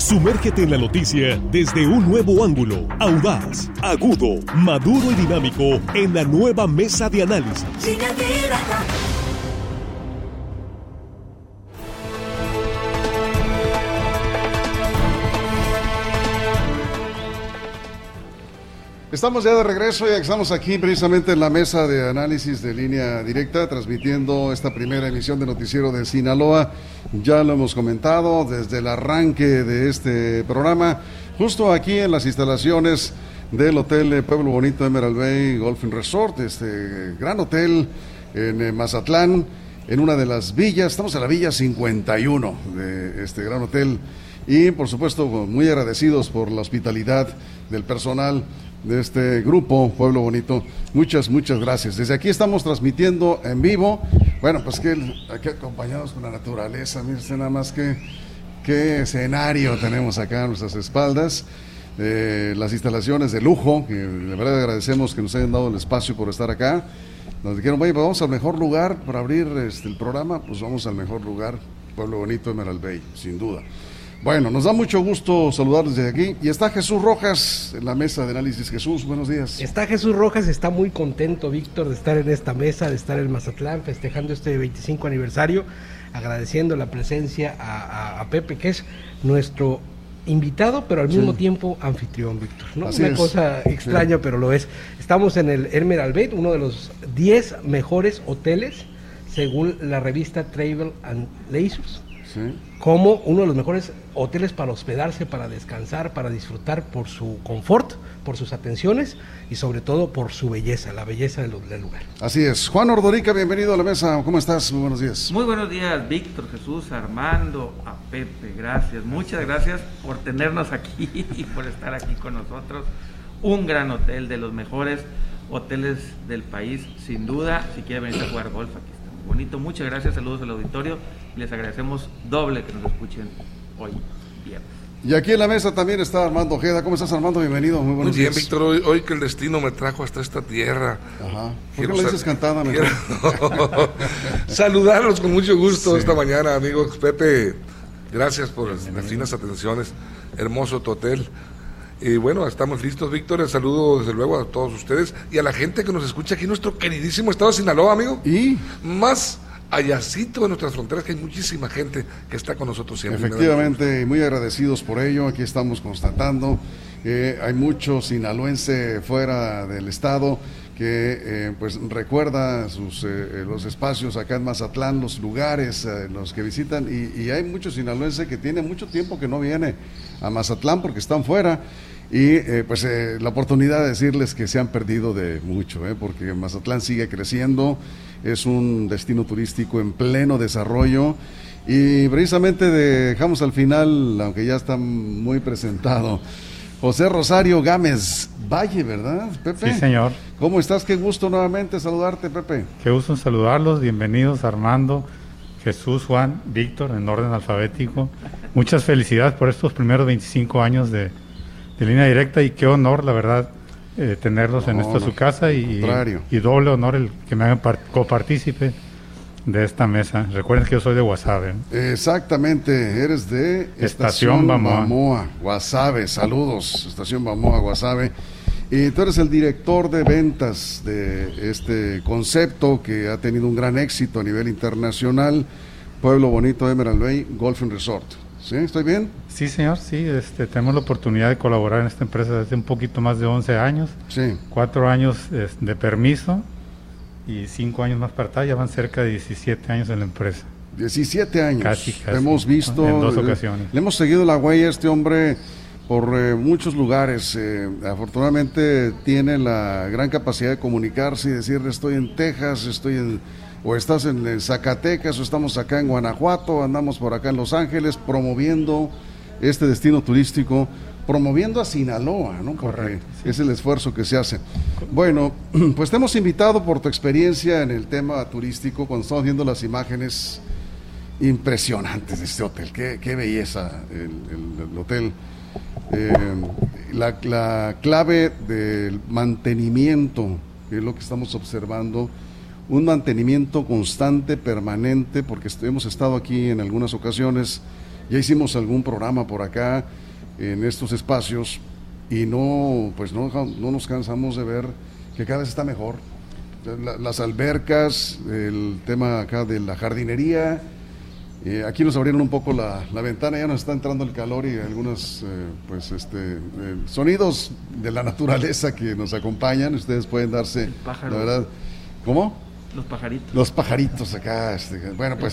Sumérgete en la noticia desde un nuevo ángulo, audaz, agudo, maduro y dinámico en la nueva mesa de análisis. Estamos ya de regreso, ya estamos aquí precisamente en la mesa de análisis de Línea Directa, transmitiendo esta primera emisión de Noticiero de Sinaloa. Ya lo hemos comentado desde el arranque de este programa, justo aquí en las instalaciones del Hotel Pueblo Bonito Emerald Bay Golf Resort, este gran hotel en Mazatlán, en una de las villas. Estamos en la Villa 51 de este gran hotel y, por supuesto, muy agradecidos por la hospitalidad del personal de este grupo Pueblo Bonito. Muchas gracias. Desde aquí estamos transmitiendo en vivo. Bueno, pues que aquí acompañados con la naturaleza. Miren nada más qué escenario tenemos acá a nuestras espaldas. Las instalaciones de lujo, que de verdad agradecemos que nos hayan dado el espacio por estar acá. Nos dijeron, oye, pues vamos al mejor lugar para abrir el programa. Pues vamos al mejor lugar, Pueblo Bonito Emerald Bay, sin duda. Bueno, nos da mucho gusto saludarles desde aquí. Y está Jesús Rojas en la mesa de análisis. Jesús, buenos días. Está Jesús Rojas, está muy contento, Víctor, de estar en esta mesa, de estar en Mazatlán, festejando este 25 aniversario, agradeciendo la presencia a Pepe, que es nuestro invitado, pero al mismo tiempo anfitrión, Víctor, ¿no? Así Una es. cosa extraña, pero lo es. Estamos en el Emerald Bay, uno de los 10 mejores hoteles, según la revista Travel and Leisure. Sí. Como uno de los mejores hoteles para hospedarse, para descansar, para disfrutar por su confort, por sus atenciones y sobre todo por su belleza, la belleza del lugar. Así es. Juan Ordorica, bienvenido a la mesa. ¿Cómo estás? Muy buenos días. Muy buenos días, Víctor, Jesús, Armando, a Pepe, gracias. Muchas gracias por tenernos aquí y por estar aquí con nosotros. Un gran hotel, de los mejores hoteles del país, sin duda. Si quiere venir a jugar golf, aquí está muy bonito. Muchas gracias, saludos al auditorio. Les agradecemos doble que nos escuchen hoy viernes. Y aquí en la mesa también está Armando Ojeda. ¿Cómo estás, Armando? Bienvenido. Muy buenos días. Muy bien, Víctor, hoy que el destino me trajo hasta esta tierra. Ajá. ¿Por qué lo dices cantada mejor? Saludarlos con mucho gusto Sí. esta mañana, amigos. Pepe, gracias por las finas atenciones. Hermoso tu hotel. Y bueno, estamos listos, Víctor. El saludo desde luego a todos ustedes y a la gente que nos escucha aquí en nuestro queridísimo estado de Sinaloa, amigo. Y más allácito de nuestras fronteras, que hay muchísima gente que está con nosotros siempre. efectivamente, muy agradecidos por ello. Aquí estamos constatando que hay mucho sinaloense fuera del estado que pues recuerda los espacios acá en Mazatlán, los lugares los que visitan, y hay muchos sinaloenses que tienen mucho tiempo que no viene a Mazatlán porque están fuera. Y pues la oportunidad de decirles que se han perdido de mucho, porque Mazatlán sigue creciendo, es un destino turístico en pleno desarrollo, y precisamente dejamos al final, aunque ya está muy presentado, José Rosario Gámez Valle, ¿verdad, Pepe? Sí, señor. ¿Cómo estás? Qué gusto nuevamente saludarte, Pepe. Qué gusto en saludarlos, bienvenidos Armando, Jesús, Juan, Víctor, en orden alfabético. Muchas felicidades por estos primeros 25 años de Línea Directa, y qué honor, la verdad, tenerlos en esta su casa, y doble honor el que me hagan copartícipe de esta mesa. Recuerden que yo soy de Guasave, ¿no? Exactamente, eres de Estación Bamoa. Guasave, saludos, Estación Bamoa, Guasave. Y tú eres el director de ventas de este concepto que ha tenido un gran éxito a nivel internacional, Pueblo Bonito Emerald Bay Golf Resort. ¿Sí? ¿Estoy bien? Sí, señor, sí. Tenemos la oportunidad de colaborar en esta empresa desde un poquito más de 11 años. Sí. 4 años de permiso y 5 años más para atrás, ya van cerca de 17 años en la empresa. 17 años. Casi. Hemos visto. En 2 ocasiones. Le hemos seguido la huella a este hombre por muchos lugares. Afortunadamente tiene la gran capacidad de comunicarse y decir, estoy en Texas, o estás en Zacatecas, o estamos acá en Guanajuato, andamos por acá en Los Ángeles, promoviendo este destino turístico, promoviendo a Sinaloa, ¿no? Porque es el esfuerzo que se hace. Bueno, pues te hemos invitado por tu experiencia en el tema turístico, cuando estamos viendo las imágenes impresionantes de este hotel. Qué belleza el hotel. La clave del mantenimiento, que es lo que estamos observando, un mantenimiento constante, permanente, porque hemos estado aquí en algunas ocasiones Ya hicimos algún programa por acá en estos espacios y no nos cansamos de ver que cada vez está mejor. Las albercas, el tema acá de la jardinería. Aquí nos abrieron un poco la ventana, ya nos está entrando el calor y algunos sonidos de la naturaleza que nos acompañan. Ustedes pueden darse, la verdad. ¿Cómo? Los pajaritos. Los pajaritos acá. Bueno, pues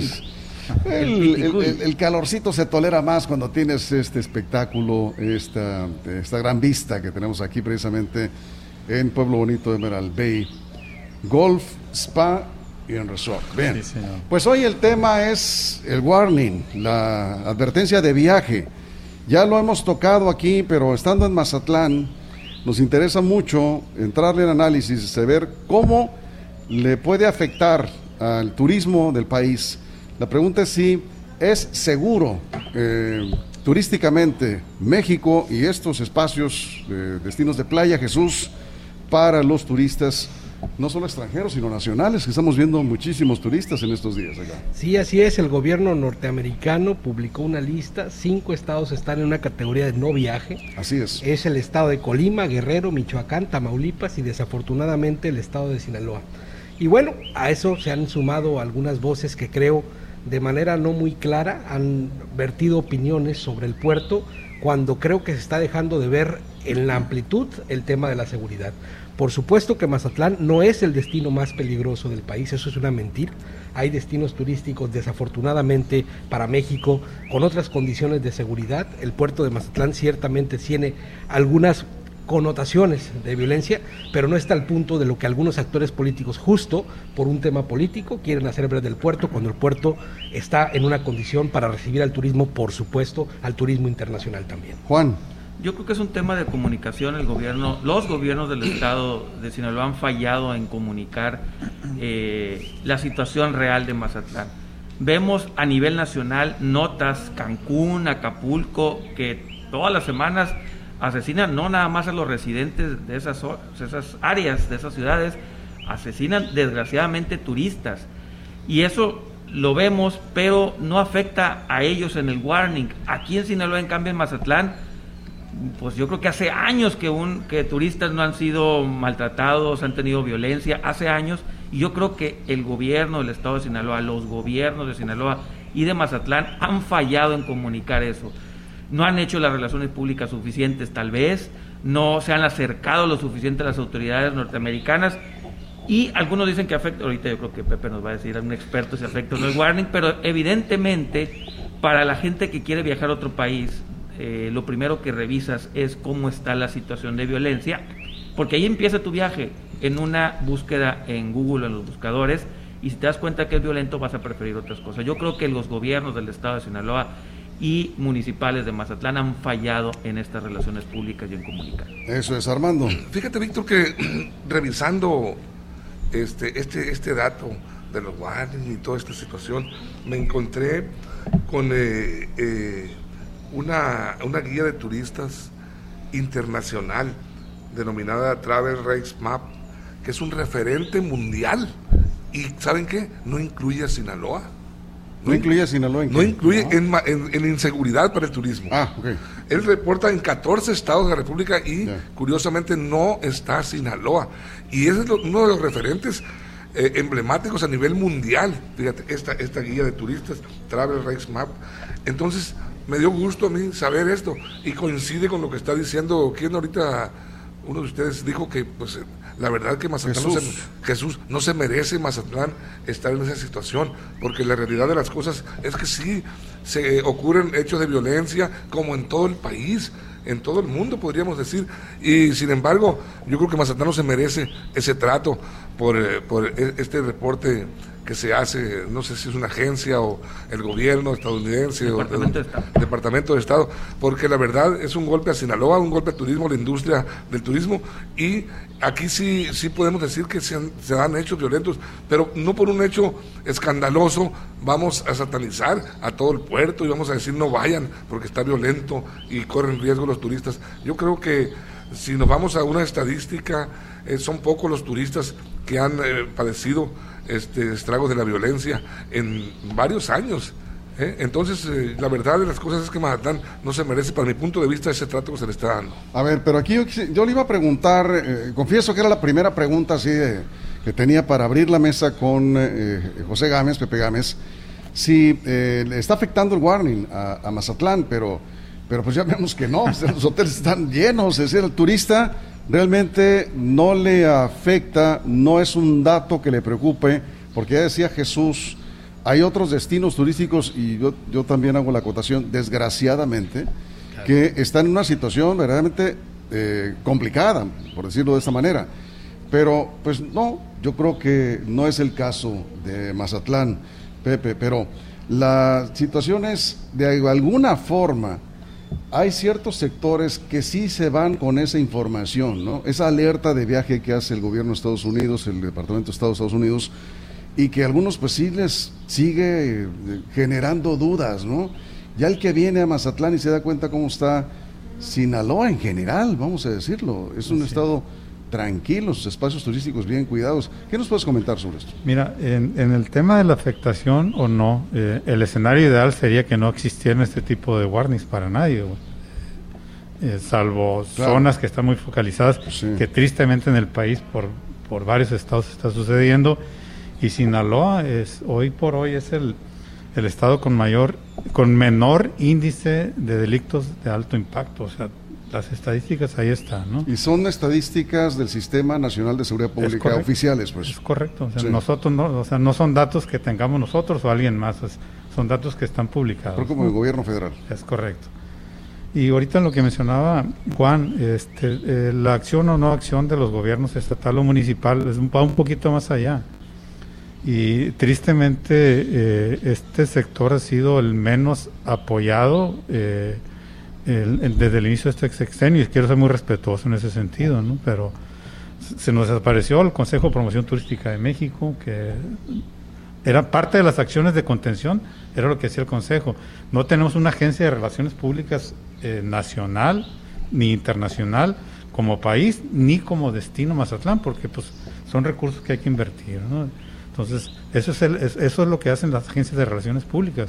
el calorcito se tolera más cuando tienes este espectáculo, esta gran vista que tenemos aquí precisamente en Pueblo Bonito de Emerald Bay. Golf, spa y en resort. Bien, sí, pues hoy el tema es el warning, la advertencia de viaje. Ya lo hemos tocado aquí, pero estando en Mazatlán, nos interesa mucho entrarle en análisis, saber cómo le puede afectar al turismo del país. La pregunta es si es seguro turísticamente México y estos espacios, destinos de playa, Jesús, para los turistas, no solo extranjeros, sino nacionales, que estamos viendo muchísimos turistas en estos días acá. Sí, así es, el gobierno norteamericano publicó una lista, 5 estados están en una categoría de no viaje. Así es. Es el estado de Colima, Guerrero, Michoacán, Tamaulipas y desafortunadamente el estado de Sinaloa. Y bueno, a eso se han sumado algunas voces que creo de manera no muy clara han vertido opiniones sobre el puerto, cuando creo que se está dejando de ver en la amplitud el tema de la seguridad. Por supuesto que Mazatlán no es el destino más peligroso del país, eso es una mentira. Hay destinos turísticos, desafortunadamente, para México, con otras condiciones de seguridad. El puerto de Mazatlán ciertamente tiene algunas connotaciones de violencia, pero no está al punto de lo que algunos actores políticos, justo por un tema político, quieren hacer ver del puerto, cuando el puerto está en una condición para recibir al turismo, por supuesto, al turismo internacional también. Juan. Yo creo que es un tema de comunicación. Los gobiernos del estado de Sinaloa han fallado en comunicar la situación real de Mazatlán. Vemos a nivel nacional notas, Cancún, Acapulco, que todas las semanas asesinan no nada más a los residentes de esas áreas, de esas ciudades, asesinan desgraciadamente turistas. Y eso lo vemos, pero no afecta a ellos en el warning. Aquí en Sinaloa, en cambio, en Mazatlán, pues yo creo que hace años que turistas no han sido maltratados, han tenido violencia, hace años, y yo creo que el gobierno del estado de Sinaloa, los gobiernos de Sinaloa y de Mazatlán han fallado en comunicar eso. No han hecho las relaciones públicas suficientes, tal vez, no se han acercado lo suficiente a las autoridades norteamericanas, y algunos dicen que afecta, ahorita yo creo que Pepe nos va a decir, un experto, si afecta o no el warning, pero evidentemente para la gente que quiere viajar a otro país, lo primero que revisas es cómo está la situación de violencia, porque ahí empieza tu viaje, en una búsqueda en Google o en los buscadores, y si te das cuenta que es violento vas a preferir otras cosas. Yo creo que los gobiernos del estado de Sinaloa y municipales de Mazatlán han fallado en estas relaciones públicas y en comunicar. Eso es, Armando. Fíjate, Víctor, que revisando este dato de los warnings y toda esta situación, me encontré con una guía de turistas internacional denominada Travel Race Map, que es un referente mundial, y ¿saben qué? No incluye a Sinaloa. ¿No incluye a Sinaloa? No incluye en inseguridad para el turismo. Okay. Él reporta en 14 estados de la República y curiosamente no está Sinaloa, y ese es uno de los referentes emblemáticos a nivel mundial. Fíjate, esta guía de turistas Travel Race Map. Entonces me dio gusto a mí saber esto, y coincide con lo que está diciendo, ¿quién ahorita? Uno de ustedes dijo que pues la verdad que Mazatlán Jesús no se merece Mazatlán estar en esa situación, porque la realidad de las cosas es que sí se ocurren hechos de violencia como en todo el país, en todo el mundo podríamos decir, y sin embargo yo creo que Mazatlán no se merece ese trato por este reporte que se hace, no sé si es una agencia o el gobierno estadounidense Departamento de Estado, porque la verdad es un golpe a Sinaloa, un golpe al turismo, a la industria del turismo, y aquí sí podemos decir que se dan hechos violentos, pero no por un hecho escandaloso vamos a satanizar a todo el puerto y vamos a decir no vayan porque está violento y corren riesgo los turistas. Yo creo que si nos vamos a una estadística, son pocos los turistas que han padecido estragos de la violencia en varios años. Entonces, la verdad de las cosas es que Mazatlán no se merece, para mi punto de vista, ese trato que se le está dando. A ver, pero aquí yo le iba a preguntar, confieso que era la primera pregunta así que tenía para abrir la mesa con José Gámez, Pepe Gámez, si le está afectando el warning a Mazatlán, pero pues ya vemos que no, los hoteles están llenos, es decir, el turista realmente no le afecta, no es un dato que le preocupe, porque ya decía Jesús, hay otros destinos turísticos, y yo también hago la acotación, desgraciadamente, que están en una situación verdaderamente complicada, por decirlo de esta manera. Pero, pues no, yo creo que no es el caso de Mazatlán, Pepe, pero la situación es, de alguna forma, hay ciertos sectores que sí se van con esa información, ¿no? Esa alerta de viaje que hace el gobierno de Estados Unidos, el Departamento de Estado de Estados Unidos, y que a algunos pues sí les sigue generando dudas, ¿no? Ya el que viene a Mazatlán y se da cuenta cómo está Sinaloa en general, vamos a decirlo, es un estado tranquilo, sus espacios turísticos bien cuidados. ¿Qué nos puedes comentar sobre esto? Mira, en el tema de la afectación o no, el escenario ideal sería que no existieran este tipo de warnings para nadie, salvo zonas que están muy focalizadas, que tristemente en el país por varios estados está sucediendo. Y Sinaloa hoy por hoy es el estado con menor índice de delitos de alto impacto, o sea, las estadísticas ahí están, ¿no? Y son estadísticas del Sistema Nacional de Seguridad Pública, oficiales, pues. Es correcto, o sea, nosotros no, o sea, no son datos que tengamos nosotros o alguien más, son datos que están publicados. Pero como el gobierno federal. Es correcto. Y ahorita en lo que mencionaba Juan, la acción o no acción de los gobiernos estatal o municipal va un poquito más allá. Y tristemente este sector ha sido el menos apoyado desde el inicio de este sexenio, y quiero ser muy respetuoso en ese sentido, ¿no? Pero se nos desapareció el Consejo de Promoción Turística de México, que era parte de las acciones de contención, era lo que hacía el Consejo. No tenemos una agencia de relaciones públicas nacional ni internacional como país, ni como destino Mazatlán, porque pues son recursos que hay que invertir, ¿no? Entonces, eso es lo que hacen las agencias de relaciones públicas,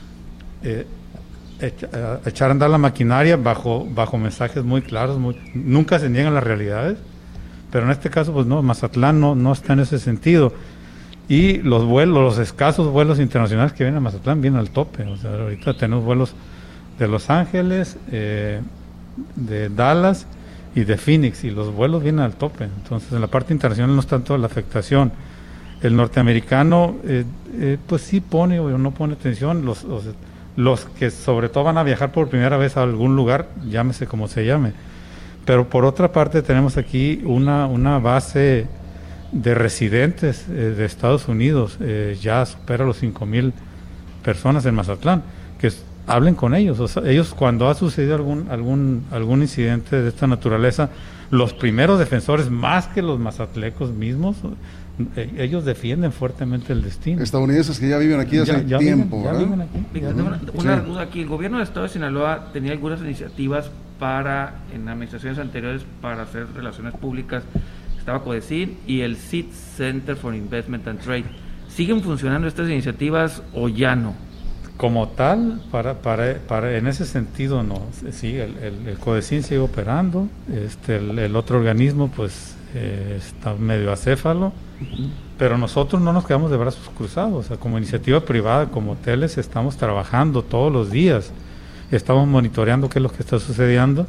echar a andar la maquinaria bajo mensajes muy claros, nunca se niegan las realidades, pero en este caso, pues no, Mazatlán no está en ese sentido. Y los escasos vuelos internacionales que vienen a Mazatlán vienen al tope. O sea, ahorita tenemos vuelos de Los Ángeles, de Dallas y de Phoenix, y los vuelos vienen al tope. Entonces, en la parte internacional no está toda la afectación. El norteamericano, pues sí pone o no pone atención, los que sobre todo van a viajar por primera vez a algún lugar, llámese como se llame. Pero por otra parte tenemos aquí una base de residentes de Estados Unidos, ya supera los 5,000 personas en Mazatlán, que hablen con ellos. O sea, ellos, cuando ha sucedido algún incidente de esta naturaleza, los primeros defensores, más que los mazatlecos mismos, ellos defienden fuertemente el destino. Estadounidenses que ya viven aquí hace tiempo, ¿verdad? Viven aquí. Una duda aquí, el gobierno del estado de Sinaloa tenía algunas iniciativas en administraciones anteriores para hacer relaciones públicas. Estaba CODECIN y el SIT, Center for Investment and Trade. ¿Siguen funcionando estas iniciativas o ya no? Como tal, para en ese sentido no. Sí, el CODECIN sigue operando, el otro organismo pues está medio acéfalo, pero nosotros no nos quedamos de brazos cruzados. O sea, como iniciativa privada, como hoteles, estamos trabajando todos los días, estamos monitoreando qué es lo que está sucediendo,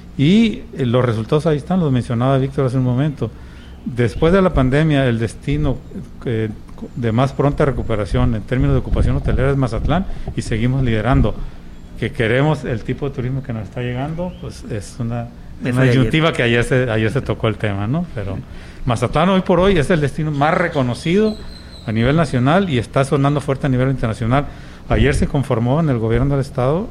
y los resultados ahí están, los mencionaba Víctor hace un momento. Después de la pandemia, el destino de más pronta recuperación en términos de ocupación hotelera es Mazatlán, y seguimos liderando. Que queremos el tipo de turismo que nos está llegando, pues es una disyuntiva que ayer se tocó el tema, ¿no? Pero Mazatlán hoy por hoy es el destino más reconocido a nivel nacional y está sonando fuerte a nivel internacional. Ayer se conformó en el gobierno del estado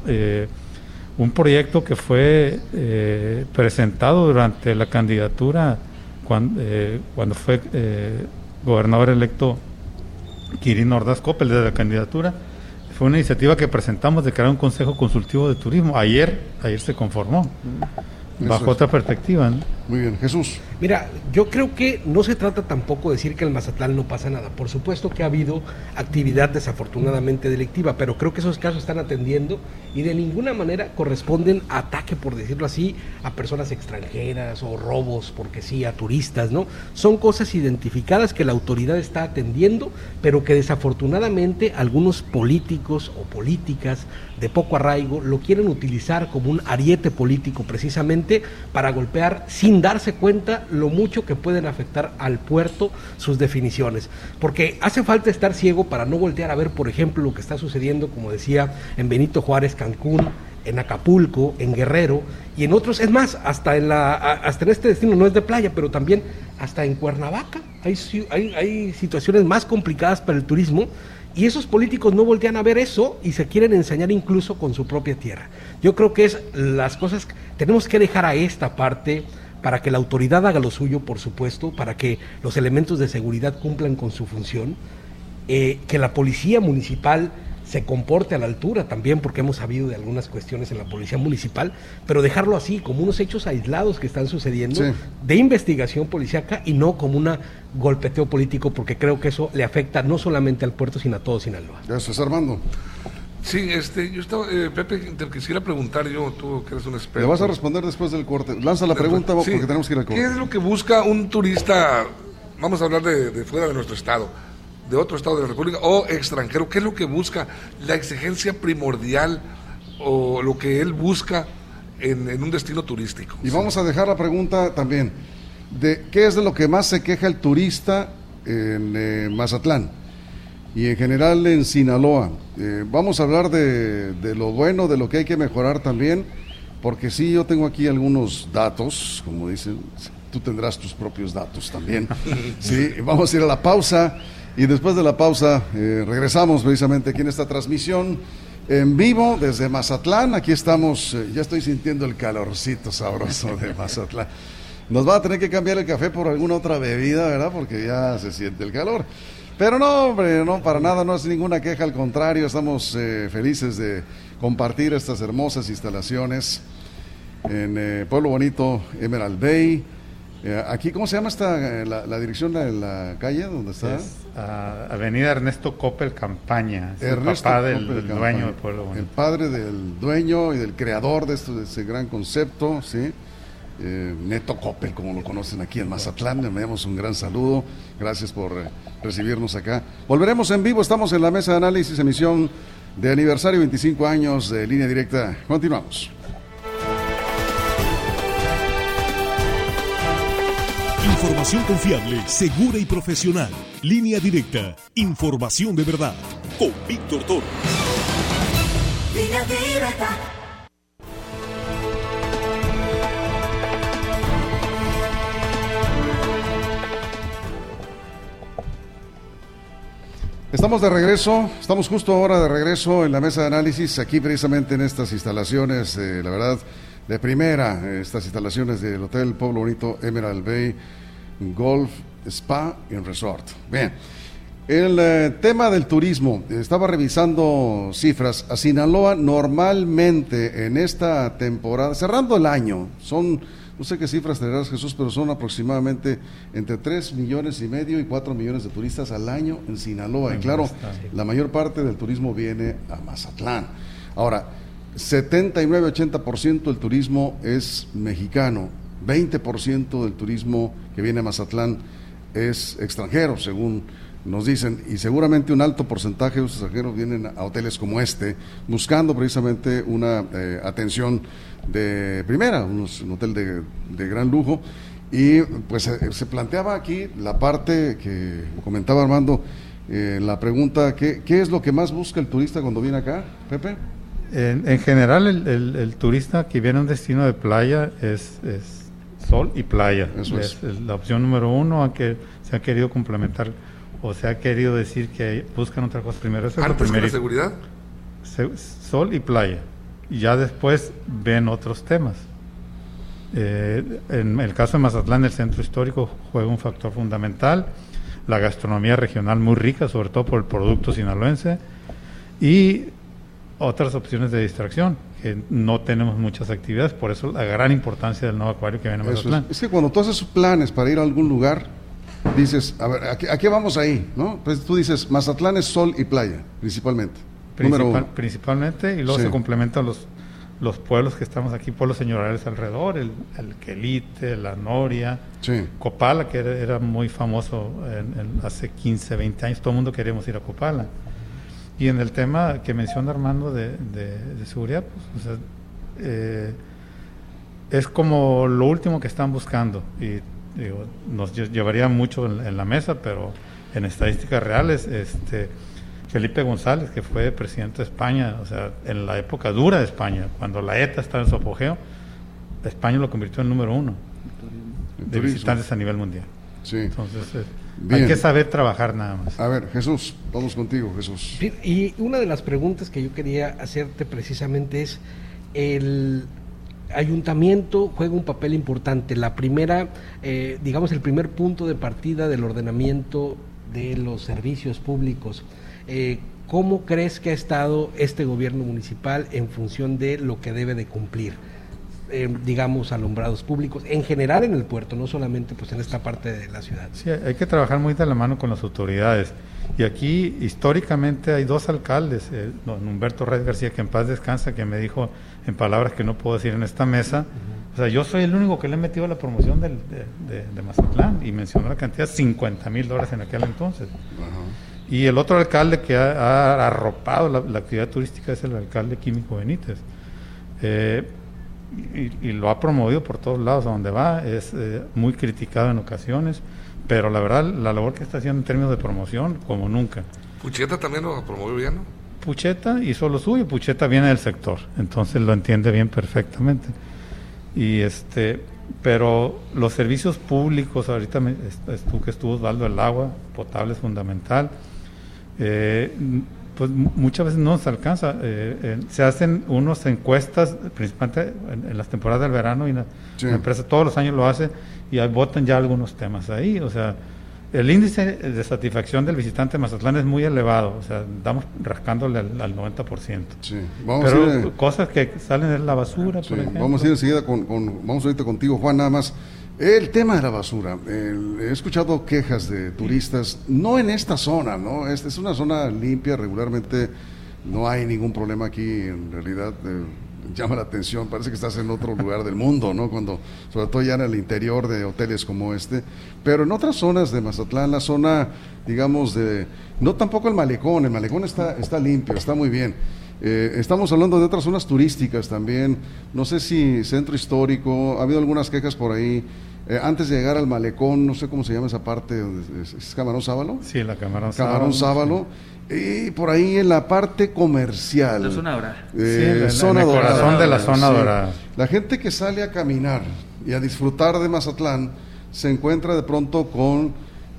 un proyecto que fue presentado durante la candidatura cuando fue gobernador electo Quirino Ordaz Coppel. Desde la candidatura fue una iniciativa que presentamos de crear un consejo consultivo de turismo. Ayer se conformó bajo otra perspectiva, ¿no? Muy bien, Jesús. Mira, yo creo que no se trata tampoco de decir que en Mazatlán no pasa nada. Por supuesto que ha habido actividad desafortunadamente delictiva, pero creo que esos casos están atendiendo y de ninguna manera corresponden a ataque, por decirlo así, a personas extranjeras o robos, porque sí, a turistas, ¿no? Son cosas identificadas que la autoridad está atendiendo, pero que desafortunadamente algunos políticos o políticas de poco arraigo lo quieren utilizar como un ariete político precisamente para golpear sin darse cuenta lo mucho que pueden afectar al puerto sus definiciones, porque hace falta estar ciego para no voltear a ver, por ejemplo, lo que está sucediendo, como decía, en Benito Juárez, Cancún, en Acapulco, en Guerrero y en otros, es más, hasta en este destino no es de playa, pero también hasta en Cuernavaca hay situaciones más complicadas para el turismo. Y esos políticos no voltean a ver eso y se quieren enseñar incluso con su propia tierra. Yo creo que es las cosas, tenemos que dejar a esta parte para que la autoridad haga lo suyo, por supuesto, para que los elementos de seguridad cumplan con su función, que la policía municipal se comporte a la altura también, porque hemos sabido de algunas cuestiones en la policía municipal, pero dejarlo así, como unos hechos aislados que están sucediendo, sí, de investigación policíaca y no como un golpeteo político, porque creo que eso le afecta no solamente al puerto, sino a todo Sinaloa. Gracias, Armando. Sí, yo estaba, Pepe, te quisiera preguntar tú que eres un experto. Le vas a responder después del corte. Lanza la pregunta, sí, porque tenemos que ir al corte. ¿Qué es lo que busca un turista, vamos a hablar de fuera de nuestro estado, de otro estado de la República o extranjero? ¿Qué es lo que busca? La exigencia primordial o lo que él busca en un destino turístico. Y vamos a dejar la pregunta también de qué es de lo que más se queja el turista en Mazatlán y en general en Sinaloa. Vamos a hablar de lo bueno, de lo que hay que mejorar también, porque sí, yo tengo aquí algunos datos, como dicen, tú tendrás tus propios datos también. Sí, vamos a ir a la pausa. Y después de la pausa regresamos precisamente aquí en esta transmisión en vivo desde Mazatlán. Aquí estamos, ya estoy sintiendo el calorcito sabroso de Mazatlán. Nos va a tener que cambiar el café por alguna otra bebida, ¿verdad? Porque ya se siente el calor. Pero no, hombre, no, para nada, no es ninguna queja, al contrario, estamos felices de compartir estas hermosas instalaciones en Pueblo Bonito, Emerald Bay. Aquí, ¿cómo se llama la dirección de la calle donde está? Es, Avenida Ernesto Coppel Campaña, es el papá del dueño de Pueblo Bonito. El padre del dueño y del creador de ese gran concepto, ¿sí? Neto Coppel, como lo conocen aquí en Mazatlán. Le enviamos un gran saludo, gracias por recibirnos acá. Volveremos en vivo, estamos en la mesa de análisis, emisión de aniversario 25 años de Línea Directa. Continuamos. Información confiable, segura y profesional. Línea Directa. Información de verdad. Con Víctor Toro. Línea Directa. Estamos de regreso, estamos justo ahora de regreso en la mesa de análisis, aquí precisamente en estas instalaciones, la verdad, de primera, estas instalaciones del Hotel Pueblo Bonito Emerald Bay Golf Spa y Resort. Bien, el tema del turismo, estaba revisando cifras. A Sinaloa normalmente en esta temporada, cerrando el año, son, no sé qué cifras tendrás, Jesús, pero son aproximadamente entre 3,5 millones y 4 millones de turistas al año en Sinaloa. Y claro, la mayor parte del turismo viene a Mazatlán. Ahora, 79-80% del turismo es mexicano, 20% del turismo que viene a Mazatlán es extranjero, según nos dicen, y seguramente un alto porcentaje de los extranjeros vienen a hoteles como este, buscando precisamente una atención de primera, un hotel de gran lujo. Y pues se planteaba aquí la parte que comentaba Armando, la pregunta, ¿qué es lo que más busca el turista cuando viene acá, Pepe? En general el turista que viene a un destino de playa es sol y playa. Eso es la opción número uno, aunque se ha querido complementar o se ha querido decir que buscan otra cosa primero. Eso ¿Antes que la seguridad? Sol y playa. Y ya después ven otros temas. En el caso de Mazatlán, el centro histórico juega un factor fundamental, la gastronomía regional muy rica, sobre todo por el producto sinaloense, y otras opciones de distracción. que no tenemos muchas actividades, por eso la gran importancia del nuevo acuario que viene a Mazatlán. Es que cuando tú haces planes para ir a algún lugar, dices, a ver, ¿a qué vamos ahí? ¿No? Pues tú dices, Mazatlán es sol y playa, principalmente. Número uno. Principalmente, y luego se complementan los pueblos que estamos aquí, pueblos señoriales alrededor, el Quelite, la Noria, Copala, que era muy famoso hace 15, 20 años, todo el mundo queríamos ir a Copala. Y en el tema que menciona Armando de seguridad, pues, o sea, es como lo último que están buscando, y digo, nos llevaría mucho en la mesa, pero en estadísticas reales, Felipe González, que fue presidente de España, o sea, en la época dura de España, cuando la ETA estaba en su apogeo, España lo convirtió en número 1 de visitantes a nivel mundial. Sí. Entonces, hay que saber trabajar nada más. A ver, Jesús, vamos contigo, Jesús. Y una de las preguntas que yo quería hacerte precisamente es, el ayuntamiento juega un papel importante. La primera, digamos, el primer punto de partida del ordenamiento de los servicios públicos. ¿Cómo crees que ha estado este gobierno municipal en función de lo que debe de cumplir? Digamos, alumbrados públicos, en general en el puerto, no solamente pues en esta parte de la ciudad. Sí, hay que trabajar muy de la mano con las autoridades. Y aquí, históricamente, hay 2 alcaldes, don Humberto Reyes García, que en paz descansa, que me dijo en palabras que no puedo decir en esta mesa, o sea, yo soy el único que le he metido a la promoción de Mazatlán, y mencionó la cantidad, $50,000 en aquel entonces. Y el otro alcalde que ha arropado la actividad turística es el alcalde Químico Benítez. Y lo ha promovido por todos lados a donde va, es muy criticado en ocasiones, pero la verdad, la labor que está haciendo en términos de promoción, como nunca. Pucheta también lo promovió bien, ¿no? Pucheta hizo lo suyo, Pucheta viene del sector, entonces lo entiende bien perfectamente. Y pero los servicios públicos, ahorita tú que estuvo Osvaldo, el agua potable es fundamental, pues muchas veces no se alcanza. Se hacen unas encuestas, principalmente en las temporadas del verano, y la empresa todos los años lo hace, y ahí votan ya algunos temas ahí. O sea, el índice de satisfacción del visitante de Mazatlán es muy elevado, o sea, estamos rascándole al 90%. Sí. Pero cosas que salen de la basura, por ejemplo. Vamos a ir enseguida vamos ahorita contigo, Juan, nada más. El tema de la basura, he escuchado quejas de turistas, no en esta zona, ¿no? Esta es una zona limpia, regularmente no hay ningún problema aquí, en realidad llama la atención, parece que estás en otro lugar del mundo, ¿no? Cuando, sobre todo ya en el interior de hoteles como pero en otras zonas de Mazatlán, la zona, digamos, no tampoco el malecón está limpio, está muy bien. Estamos hablando de otras zonas turísticas también, no sé si centro histórico, ha habido algunas quejas por ahí, antes de llegar al malecón, no sé cómo se llama esa parte, ¿es Camarón Sábalo? Sí, la Camarón Sábalo, y por ahí en la parte comercial. La zona dorada. Zona dorada. El corazón de la zona dorada. La gente que sale a caminar y a disfrutar de Mazatlán se encuentra de pronto con,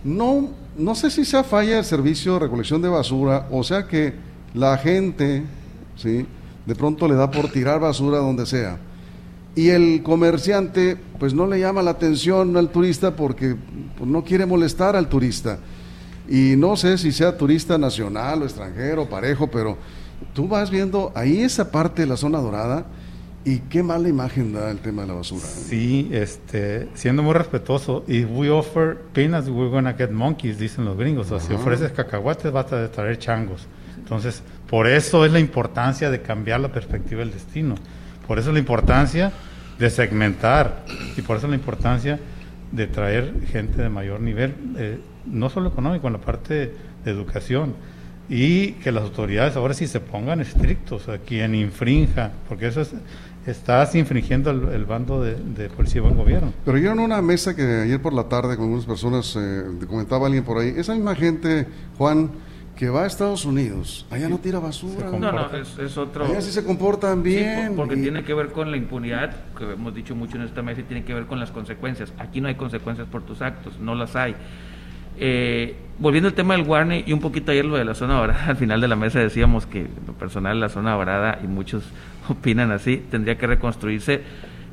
no sé si sea falla el servicio de recolección de basura, o sea que la gente, ¿sí?, de pronto le da por tirar basura donde sea, y el comerciante pues no le llama la atención al turista porque pues, no quiere molestar al turista, y no sé si sea turista nacional o extranjero, parejo, pero tú vas viendo ahí esa parte de la zona dorada y qué mala imagen da el tema de la basura. Sí, siendo muy respetuoso, if we offer peanuts we're gonna get monkeys, dicen los gringos. O sea, si ofreces cacahuates vas a traer changos. Entonces, por eso es la importancia de cambiar la perspectiva del destino, por eso es la importancia de segmentar, y por eso es la importancia de traer gente de mayor nivel, no solo económico, en la parte de educación, y que las autoridades ahora sí se pongan estrictos a quien infrinja, porque eso estás infringiendo el bando de policía y buen gobierno. Pero yo en una mesa que ayer por la tarde con unas personas, comentaba alguien por ahí, esa misma gente, Juan, que va a Estados Unidos, allá no tira basura. No, es otro. Allá sí se comportan bien. Sí, porque tiene que ver con la impunidad, que hemos dicho mucho en esta mesa, y tiene que ver con las consecuencias. Aquí no hay consecuencias por tus actos, no las hay. Volviendo al tema del Warner y un poquito ayer lo de la zona dorada, al final de la mesa decíamos que lo personal la zona dorada, y muchos opinan así, tendría que reconstruirse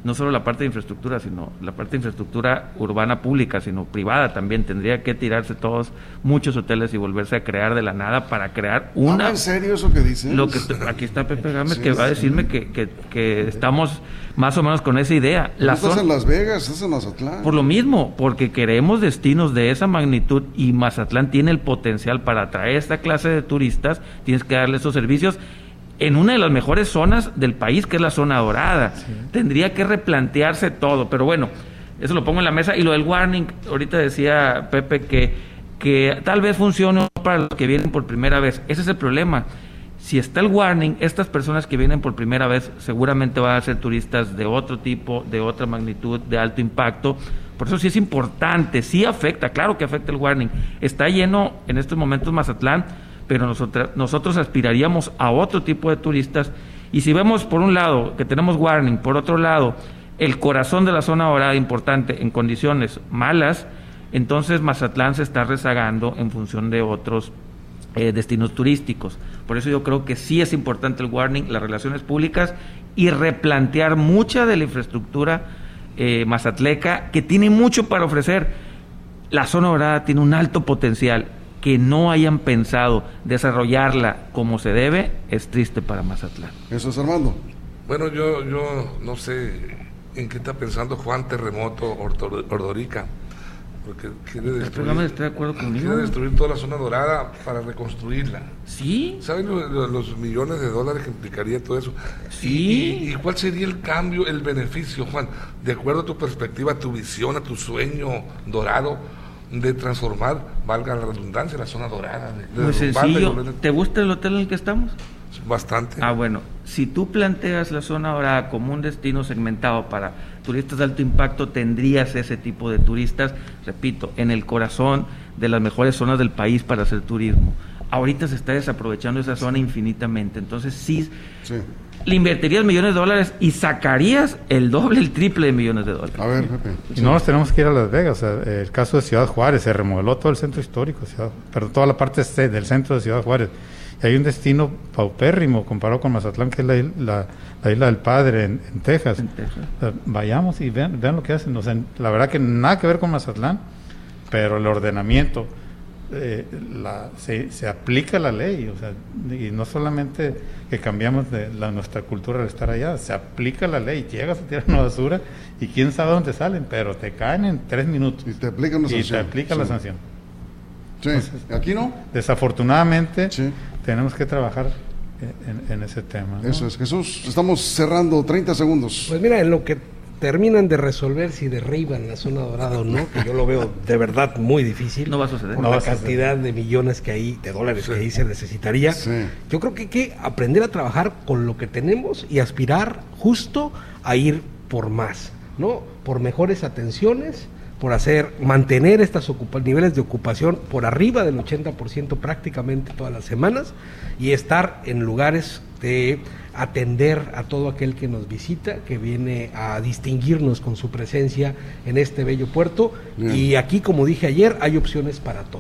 no solo la parte de infraestructura, sino la parte de infraestructura urbana pública, sino privada también. Tendría que tirarse muchos hoteles y volverse a crear de la nada para crear una... ¿En serio eso que dices? Aquí está Pepe Gámez, que va a decirme que estamos más o menos con esa idea. Estás en Las Vegas, estás en Mazatlán. Por lo mismo, porque queremos destinos de esa magnitud y Mazatlán tiene el potencial para atraer esta clase de turistas, tienes que darle esos servicios en una de las mejores zonas del país, que es la zona dorada. Sí. Tendría que replantearse todo, pero bueno, eso lo pongo en la mesa. Y lo del warning, ahorita decía Pepe que tal vez funcione para los que vienen por primera vez. Ese es el problema. Si está el warning, estas personas que vienen por primera vez seguramente van a ser turistas de otro tipo, de otra magnitud, de alto impacto. Por eso sí es importante, sí afecta, claro que afecta el warning. Está lleno en estos momentos Mazatlán, pero nosotros aspiraríamos a otro tipo de turistas. Y si vemos por un lado que tenemos warning, por otro lado el corazón de la zona dorada importante en condiciones malas, entonces Mazatlán se está rezagando en función de otros destinos turísticos. Por eso yo creo que sí es importante el warning, las relaciones públicas y replantear mucha de la infraestructura mazatleca, que tiene mucho para ofrecer. La zona dorada tiene un alto potencial. Que no hayan pensado desarrollarla como se debe es triste para Mazatlán. Eso es, Armando. Bueno, yo no sé en qué está pensando Juan Terremoto Ordorica, porque quiere destruir toda la zona dorada para reconstruirla. ¿Sí? ¿Saben los millones de dólares que implicaría todo eso? Sí. ¿Y cuál sería el cambio, el beneficio, Juan? De acuerdo a tu perspectiva, a tu visión, a tu sueño dorado, de transformar, valga la redundancia, la zona dorada. Muy sencillo. ¿Te gusta el hotel en el que estamos? Bastante. Bueno, si tú planteas la zona dorada como un destino segmentado para turistas de alto impacto, tendrías ese tipo de turistas, repito, en el corazón de las mejores zonas del país para hacer turismo. Ahorita se está desaprovechando esa zona infinitamente, entonces sí. Le invertirías millones de dólares y sacarías el doble, el triple de millones de dólares. A ver, Pepe. Y no nos tenemos que ir a Las Vegas. O sea, el caso de Ciudad Juárez, se remodeló todo el centro histórico, toda la parte del centro de Ciudad Juárez. Y hay un destino paupérrimo comparado con Mazatlán, que es la Isla del Padre en Texas. O sea, vayamos y vean lo que hacen. O sea, la verdad que nada que ver con Mazatlán, pero el ordenamiento, se aplica la ley, o sea, y no solamente que cambiamos nuestra cultura al estar allá, se aplica la ley. Llegas a tirar una basura y quién sabe dónde salen, pero te caen en 3 minutos y te aplican una sanción. Y te aplica la sanción. Sí. Entonces, aquí no. Desafortunadamente tenemos que trabajar en ese tema, ¿no? Eso es, Jesús. Estamos cerrando 30 segundos. Pues mira, en lo que terminan de resolver si derriban la zona dorada o no, que yo lo veo de verdad muy difícil. No va a suceder. Por la cantidad de millones de dólares que ahí se necesitaría. Sí. Yo creo que hay que aprender a trabajar con lo que tenemos y aspirar justo a ir por más, ¿no? Por mejores atenciones, por mantener estos niveles de ocupación por arriba del 80% prácticamente todas las semanas y estar en lugares de atender a todo aquel que nos visita, que viene a distinguirnos con su presencia en este bello puerto. Bien. Y aquí, como dije ayer, hay opciones para todo.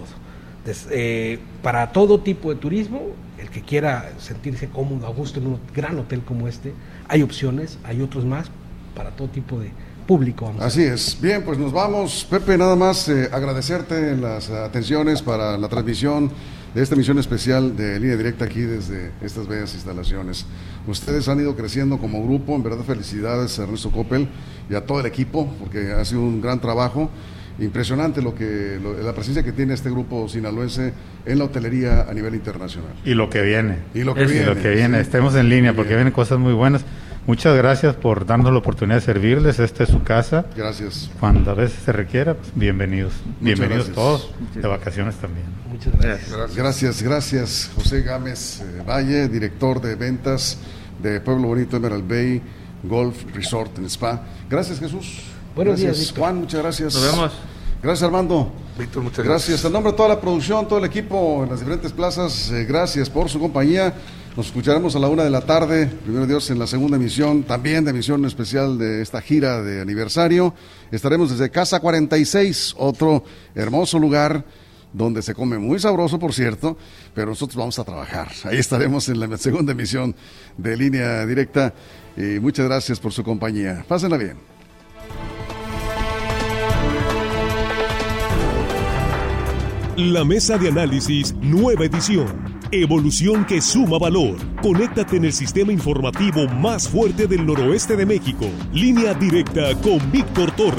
Para todo tipo de turismo, el que quiera sentirse cómodo, a gusto en un gran hotel como este, hay opciones, hay otros más para todo tipo de público. Así es. Bien, pues nos vamos. Pepe, nada más agradecerte las atenciones para la transmisión de esta emisión especial de Línea Directa aquí desde estas bellas instalaciones. Ustedes han ido creciendo como grupo, en verdad felicidades a Ernesto Coppel y a todo el equipo, porque ha sido un gran trabajo. Impresionante la presencia que tiene este grupo sinaloense en la hotelería a nivel internacional. Y lo que viene. Y lo que viene. Sí. Estemos en línea porque vienen cosas muy buenas. Muchas gracias por darnos la oportunidad de servirles. Esta es su casa. Gracias. Cuando a veces se requiera, pues, bienvenidos. Bienvenidos gracias. Todos, de vacaciones también. Muchas gracias. Gracias. José Gámez Valle, director de ventas de Pueblo Bonito Emerald Bay Golf Resort and Spa. Gracias, Jesús. Buenos días, Víctor. Juan, muchas gracias. Nos vemos. Gracias, Armando. Víctor, muchas gracias. En nombre de toda la producción, todo el equipo en las diferentes plazas, gracias por su compañía. Nos escucharemos a la 1:00 p.m, primero Dios, en la segunda emisión, también de emisión especial de esta gira de aniversario. Estaremos desde Casa 46, otro hermoso lugar donde se come muy sabroso, por cierto, pero nosotros vamos a trabajar. Ahí estaremos en la segunda emisión de Línea Directa y muchas gracias por su compañía. Pásenla bien. La mesa de análisis, nueva edición. Evolución que suma valor. Conéctate en el sistema informativo más fuerte del noroeste de México. Línea Directa con Víctor Torres.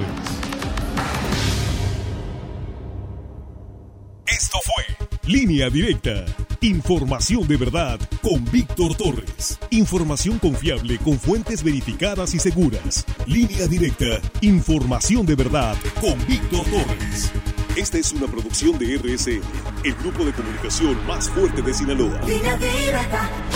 Esto fue Línea Directa. Información de verdad con Víctor Torres. Información confiable con fuentes verificadas y seguras. Línea Directa. Información de verdad con Víctor Torres. Esta es una producción de RSN, el grupo de comunicación más fuerte de Sinaloa. Línea Directa.